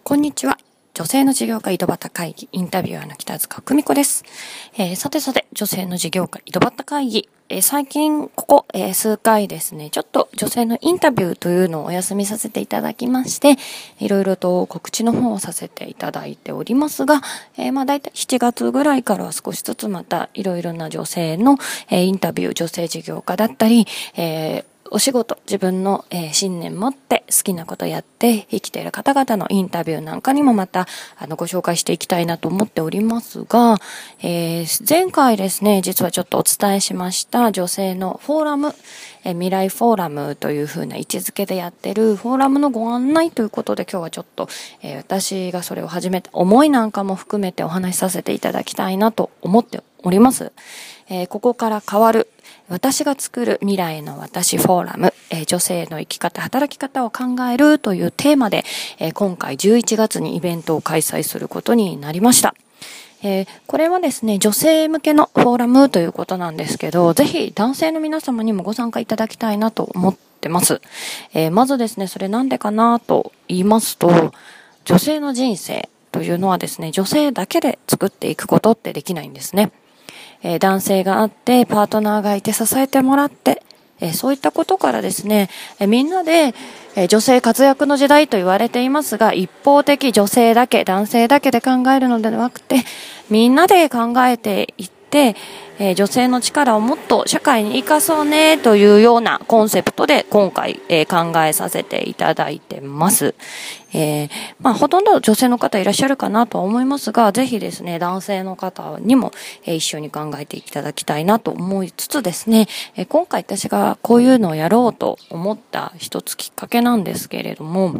こんにちは。女性の事業家井戸端会議インタビュアーの北塚久美子です。さて女性の事業家井戸端会議、最近数回ですね、ちょっと女性のインタビューというのをお休みさせていただきまして、いろいろと告知の方をさせていただいておりますが、だいたい7月ぐらいからは少しずつまたいろいろな女性の、インタビュー、女性事業家だったり、お仕事、自分の、信念持って好きなことやって生きている方々のインタビューなんかにもまたご紹介していきたいなと思っておりますが、前回ですね、実はちょっとお伝えしました女性のフォーラム、未来フォーラムという風な位置づけでやってるフォーラムのご案内ということで今日はちょっと、私がそれを始めた思いなんかも含めてお話しさせていただきたいなと思っております。ここから変わる私が作る未来の私フォーラム、女性の生き方、働き方を考えるというテーマで、今回11月にイベントを開催することになりました。これはですね、女性向けのフォーラムということなんですけど、ぜひ男性の皆様にもご参加いただきたいなと思ってます。まずですね、それなんでかなと言いますと、女性の人生というのはですね、女性だけで作っていくことってできないんですね。男性があってパートナーがいて支えてもらって、そういったことからですね、みんなで、女性活躍の時代と言われていますが、一方的女性だけ男性だけで考えるのではなくて、みんなで考えていって、女性の力をもっと社会に生かそうねというようなコンセプトで今回、考えさせていただいてます。ほとんど女性の方いらっしゃるかなとは思いますが、ぜひですね、男性の方にも、一緒に考えていただきたいなと思いつつですね、今回私がこういうのをやろうと思った一つきっかけなんですけれども、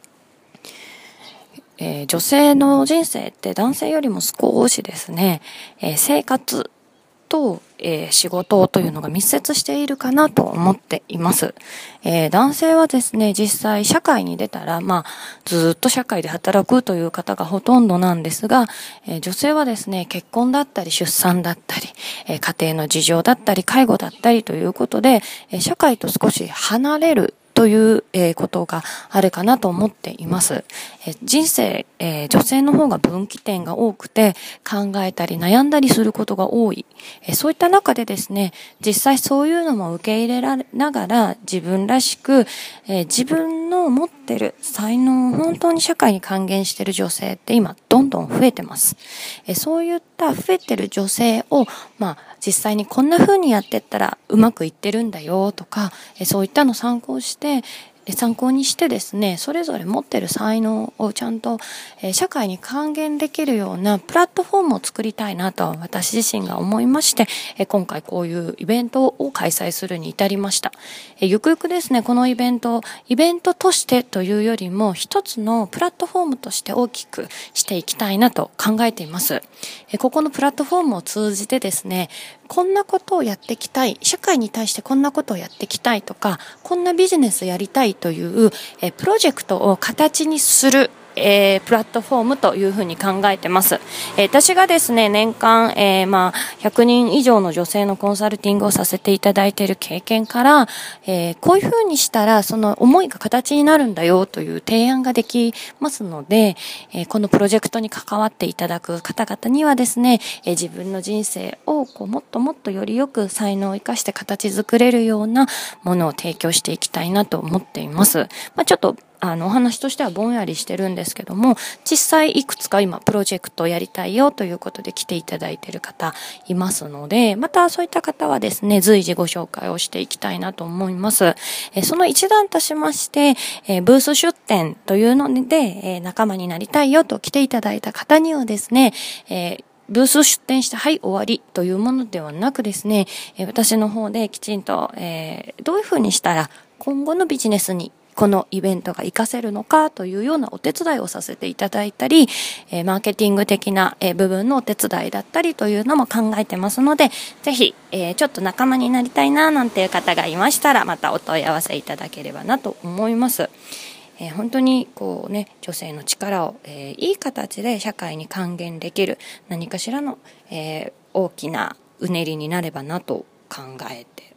女性の人生って男性よりも少しですね、生活と、仕事というのが密接しているかなと思っています。男性はですね、実際社会に出たら、ずっと社会で働くという方がほとんどなんですが、女性はですね、結婚だったり出産だったり、家庭の事情だったり介護だったりということで、社会と少し離れるという、ことがあるかなと思っています。人生、女性の方が分岐点が多くて考えたり悩んだりすることが多い。そういった中でですね、実際そういうのも受け入れられながら自分らしく、自分の持ってる才能を本当に社会に還元している女性って今どんどん増えてます。そういった増えてる女性を、実際にこんな風にやってったらうまくいってるんだよとか、そういったのを参考にしてですね、それぞれ持ってる才能をちゃんと社会に還元できるようなプラットフォームを作りたいなと私自身が思いまして、今回こういうイベントを開催するに至りました。ゆくゆくですね、このイベントとしてというよりも一つのプラットフォームとして大きくしていきたいなと考えています。ここのプラットフォームを通じてですね、こんなことをやっていきたい、社会に対してこんなことをやっていきたいとか、こんなビジネスやりたいというプロジェクトを形にするプラットフォームというふうに考えてます。私がですね、年間、100人以上の女性のコンサルティングをさせていただいている経験から、こういうふうにしたらその思いが形になるんだよという提案ができますので、このプロジェクトに関わっていただく方々にはですね、自分の人生をもっともっとよりよく才能を生かして形作れるようなものを提供していきたいなと思っています。ちょっとお話としてはぼんやりしてるんですけども、実際いくつか今プロジェクトをやりたいよということで来ていただいている方いますので、またそういった方はですね、随時ご紹介をしていきたいなと思います。その一段としまして、ブース出展というので、仲間になりたいよと来ていただいた方にはですね、ブース出展して終わりというものではなくですね、私の方できちんと、どういうふうにしたら今後のビジネスにこのイベントが活かせるのかというようなお手伝いをさせていただいたり、マーケティング的な部分のお手伝いだったりというのも考えてますので、ぜひ、ちょっと仲間になりたいななんていう方がいましたら、またお問い合わせいただければなと思います。本当に女性の力を、いい形で社会に還元できる何かしらの、大きなうねりになればなと考えて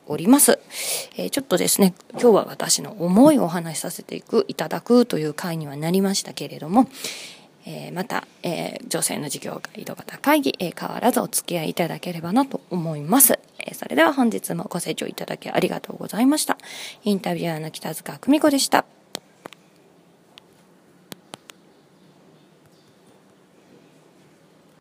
おります。ちょっとですね、今日は私の思いをお話しさせていただくという回にはなりましたけれども、また、女性の事業家井戸端会議、変わらずお付き合いいただければなと思います。それでは本日もご清聴いただきありがとうございました。インタビュアーの北塚久美子でした。